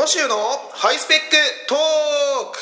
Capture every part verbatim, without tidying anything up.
野州のハイスペックトーク。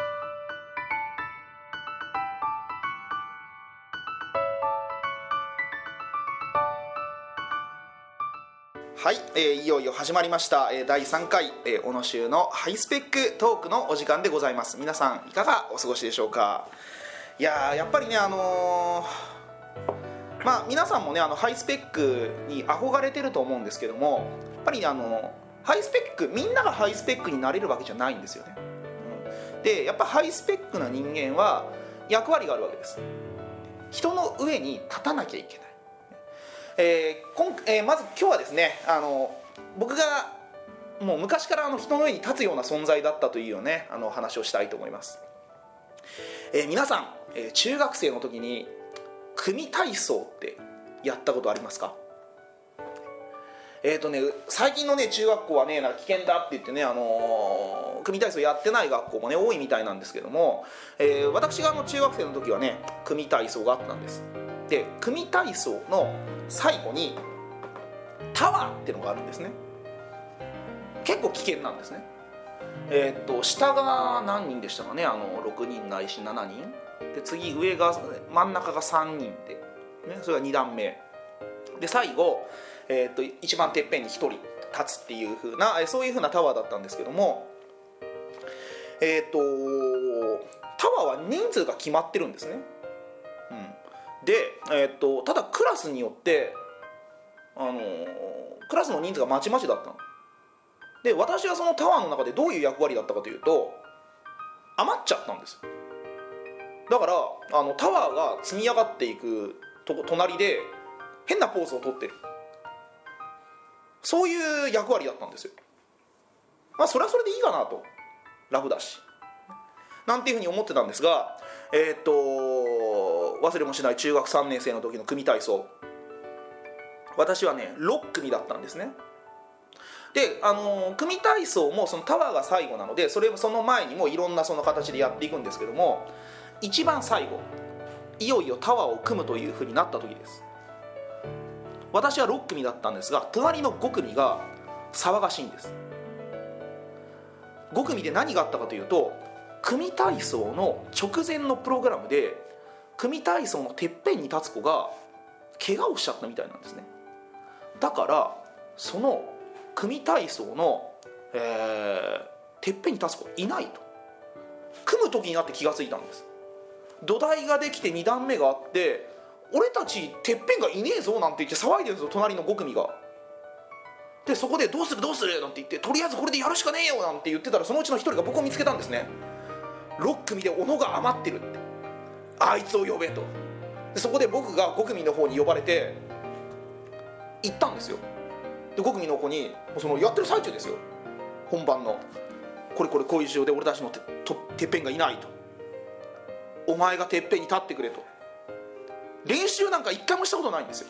はい、えー、いよいよ始まりました、えー、だいさんかい、えー、小野州のハイスペックトークのお時間でございます。皆さんいかがお過ごしでしょうか。いやーやっぱりねあのー、まあ皆さんもねあのハイスペックに憧れてると思うんですけども、やっぱりねあのハイスペックみんながハイスペックになれるわけじゃないんですよね、うん、でやっぱハイスペックな人間は役割があるわけです。人の上に立たなきゃいけない。えー今えー、まず今日はですねあの僕がもう昔からあの人の上に立つような存在だったというような、ね、あの話をしたいと思います。えー、皆さん、えー、中学生の時に組体操ってやったことありますか？えーとね、最近の、ね、中学校は、ね、なんか危険だって言ってね、あのー、組体操やってない学校も、ね、多いみたいなんですけども、えー、私があの中学生の時はね組体操があったんです。で組体操の最後にタワーっていうのがあるんですね。結構危険なんですね。えー、っと下が何人でしたかね、あのろくにんないししちにんで、次上が真ん中がさんにんで、ね、それがに段目で、最後、えー、っと一番てっぺんにひとり立つっていう風なそういう風なタワーだったんですけども、えー、っとタワーは人数が決まってるんですね、うん、で、えー、っとただクラスによってあのー、クラスの人数がまちまちだったので、私はそのタワーの中でどういう役割だったかというと、余っちゃったんですよ。だからあのタワーが積み上がっていくと隣で変なポーズをとってる、そういう役割だったんですよ。まあそれはそれでいいかなと、楽だしなんていうふうに思ってたんですが、えー、っと忘れもしない中学さんねん生の時の組体操、私はねろっくみだったんですね。で、あのー、組体操もそのタワーが最後なので、それその前にもいろんなその形でやっていくんですけども、一番最後いよいよタワーを組むというふうになった時です。私はろっくみだったんですが、隣のごくみが騒がしいんです。ごくみで何があったかというと、組体操の直前のプログラムで組体操のてっぺんに立つ子が怪我をしちゃったみたいなんですね。だからその組体操の、えー、てっぺんに立つ子いないと、組む時になって気がついたんです。土台ができてに段目があって、俺たちてっぺんがいねえぞなんて言って騒いでるんですよ、隣のごくみが。でそこでどうするどうするなんて言って、とりあえずこれでやるしかねえよなんて言ってたら、そのうちの一人が僕を見つけたんですね。ろっくみで小野が余ってるって、あいつを呼べと。でそこで僕がごくみの方に呼ばれて行ったんですよ。でごくみの子にそのやってる最中ですよ、本番のこれこれこういう事情で俺たちの て, とてっぺんがいないと、お前がてっぺんに立ってくれと。練習なんか一回もしたことないんですよ。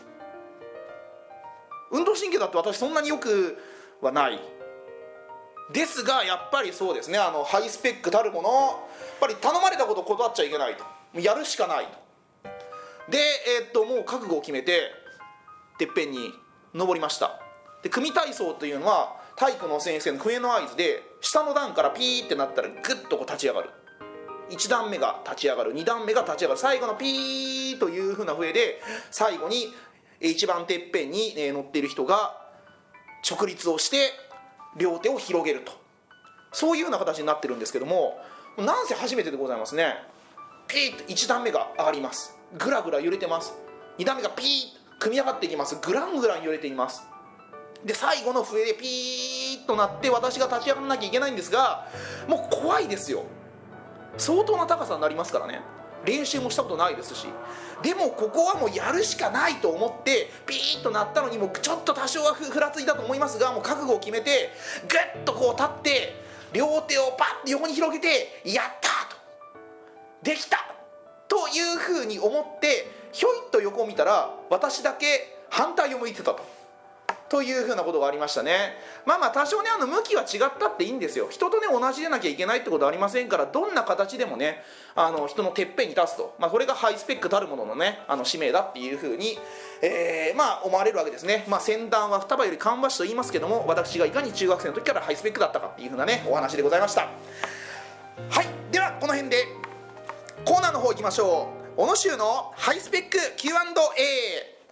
運動神経だって私そんなによくはないですが、やっぱりそうですね、あのハイスペックたるもの、やっぱり頼まれたことを断っちゃいけないと、やるしかないと。で、えー、っともう覚悟を決めててっぺんに登りました。で組体操というのは体育の先生の笛の合図で、下の段からピーってなったらグッとこう立ち上がる、いち段目が立ち上がる、に段目が立ち上がる、最後のピーという風な笛で最後に一番てっぺんに乗っている人が直立をして両手を広げると、そういうような形になってるんですけども、なんせ初めてでございますね。ピーッといち段目が上がります、ぐらぐら揺れてます。に段目がピーッと組み上がっていきます、グラングラン揺れています。で最後の笛でピーッとなって私が立ち上がらなきゃいけないんですが、もう怖いですよ。相当な高さになりますからね、練習もしたことないですし。でもここはもうやるしかないと思ってピーッとなったのに、もうちょっと多少はふらついたと思いますが、もう覚悟を決めてグッとこう立って両手をパッと横に広げて、やったと、できたというふうに思ってひょいっと横を見たら、私だけ反対を向いてたと。 というふうなことがありましたね。まあまあ多少ねあの向きは違ったっていいんですよ。人とね同じでなきゃいけないってことはありませんから、どんな形でもねあの人のてっぺんに立つと、まあ、これがハイスペックたるもののねあの使命だっていうふうに、えー、まあ思われるわけですね。まあ先端は双葉より芳しと言いますけども、私がいかに中学生の時からハイスペックだったかっていうふうなねお話でございました。はい、ではこの辺でコーナーの方行きましょう。小野修のハイスペック キューアンドエー。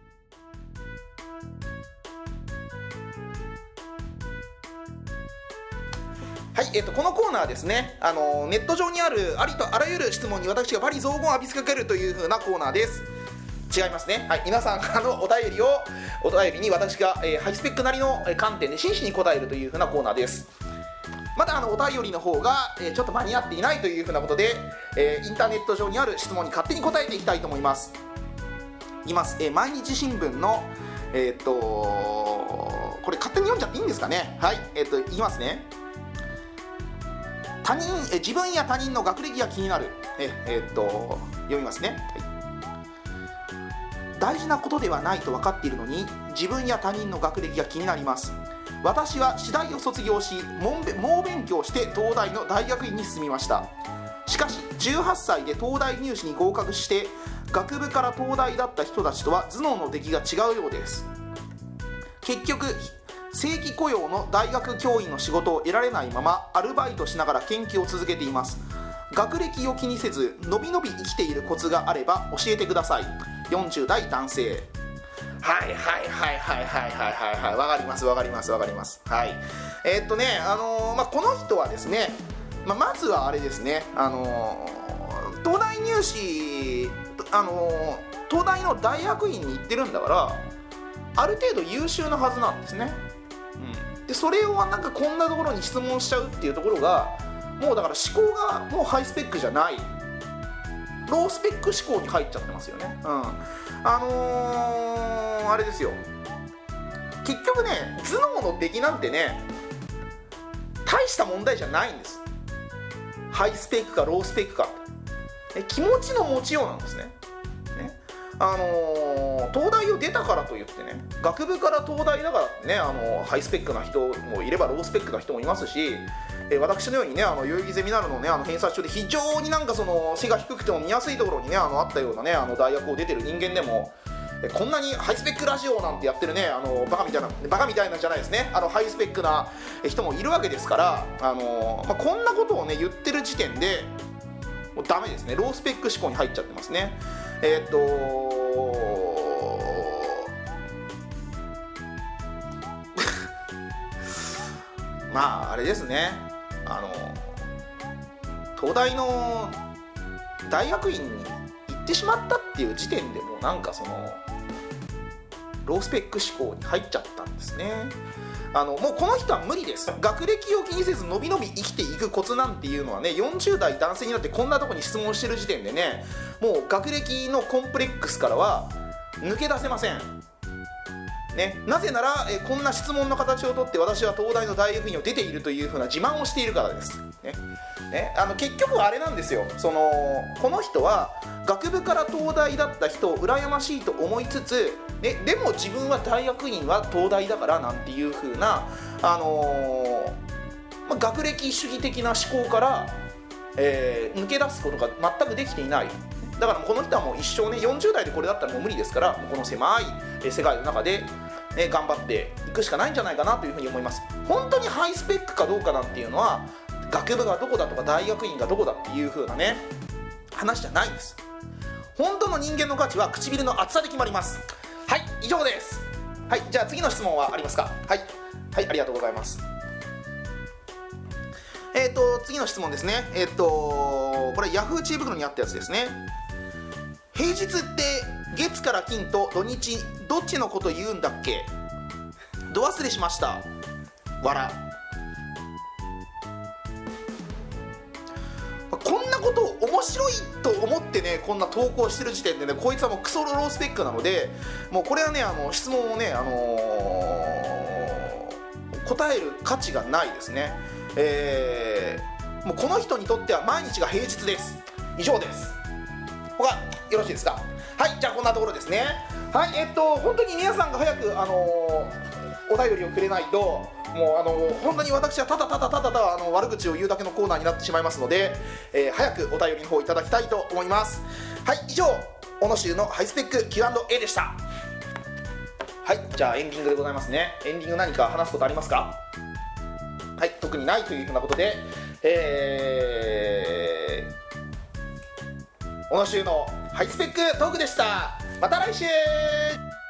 はい、えー、とこのコーナーはですね、あのネット上にあるありとあらゆる質問に私がバリ雑言を浴びせかけるという風なコーナーです。違いますね。はい、皆さんからのお便りをお便りに私が、えー、ハイスペックなりの観点で真摯に答えるという風なコーナーです。まだあのお便りの方が、えー、ちょっと間に合っていないという風なことで、えー、インターネット上にある質問に勝手に答えていきたいと思います。いきます、えー、毎日新聞のえっ、ー、とこれ勝手に読んじゃっていいんですかね。はい、えっ、ー、といきますね。他人え自分や他人の学歴が気になる。ええー、っと読みますね、はい。大事なことではないと分かっているのに自分や他人の学歴が気になります。私は私大を卒業し猛勉強して東大の大学院に進みました。しかしじゅうはっさいで東大入試に合格して学部から東大だった人たちとは頭脳の出来が違うようです。結局正規雇用の大学教員の仕事を得られないままアルバイトしながら研究を続けています。学歴を気にせずのびのび生きているコツがあれば教えてください。よんじゅう代男性。はいはいはいはいはいはいはいはい、わかりますわかりますわかります。はい、えー、っとねあのー、まあこの人はですね、まあ、まずはあれですね、あのー、東大入試あのー、東大の大学院に行ってるんだからある程度優秀なはずなんですね。うん、でそれをなんかこんなところに質問しちゃうっていうところがもうだから思考がもうハイスペックじゃないロースペック思考に入っちゃってますよね。うん、あのー、あれですよ、結局ね頭脳の出来なんてね大した問題じゃないんです。ハイスペックかロースペックか気持ちの持ちようなんですね。ね、あのー、東大を出たからといってね学部から東大だからってね、あのー、ハイスペックな人もいればロースペックな人もいますし、えー、私のようにねあの代々木ゼミナールのねあの偏差値で非常になんかその背が低くても見やすいところにねあのあったようなねあの大学を出てる人間でもえこんなにハイスペックラジオなんてやってるねあのバカみたいなバカみたいなんじゃないですね、あのハイスペックな人もいるわけですから、あのーまあ、こんなことをね言ってる時点でもうダメですね。ロースペック思考に入っちゃってますね。えー、っとまああれですね、あの東大の大学院に行ってしまったっていう時点でもうなんかそのロースペック思考に入っちゃったんですね。あのもうこの人は無理です。学歴を気にせずのびのび生きていくコツなんていうのはねよんじゅう代男性になってこんなとこに質問してる時点でねもう学歴のコンプレックスからは抜け出せません。ね、なぜならえこんな質問の形をとって私は東大の大学院を出ているというふうな自慢をしているからです、ねね、あの結局はあれなんですよ、そのこの人は学部から東大だった人を羨ましいと思いつつ、ね、でも自分は大学院は東大だからなんていうふうな、あのーまあ、学歴主義的な思考から、えー、抜け出すことが全くできていない。だからこの人はもう一生ねよんじゅう代でこれだったらもう無理ですから、もうこの狭い世界の中で、ね、頑張っていくしかないんじゃないかなというふうに思います。本当にハイスペックかどうかなんていうのは学部がどこだとか大学院がどこだっていうふうなね話じゃないんです。本当の人間の価値は唇の厚さで決まります。はい、以上です。はい、じゃあ次の質問はありますか。はい、はい、ありがとうございます。えーと次の質問ですね。えーとこれヤフー知恵袋にあったやつですね。平日って月から金と土日どっちのこと言うんだっけ。ど忘れしました。わら。こんなことを面白いと思ってねこんな投稿してる時点でねこいつはもうクソロースペックなので、もうこれはねあの質問をね、あのー、答える価値がないですね。えー、もうこの人にとっては毎日が平日です。以上です。他よろしいですか。はい、じゃあこんなところですね。はい、えっと本当に皆さんが早くあのーお便りをくれないと、もうあの本当に私はただただただただあの悪口を言うだけのコーナーになってしまいますので、えー、早くお便りの方いただきたいと思います。はい、以上小野州のハイスペック キューアンドエー でした。はい、じゃあエンディングでございますね。エンディング何か話すことありますか？はい、特にないというふうなことで、えー、小野州のハイスペックトークでした。また来週。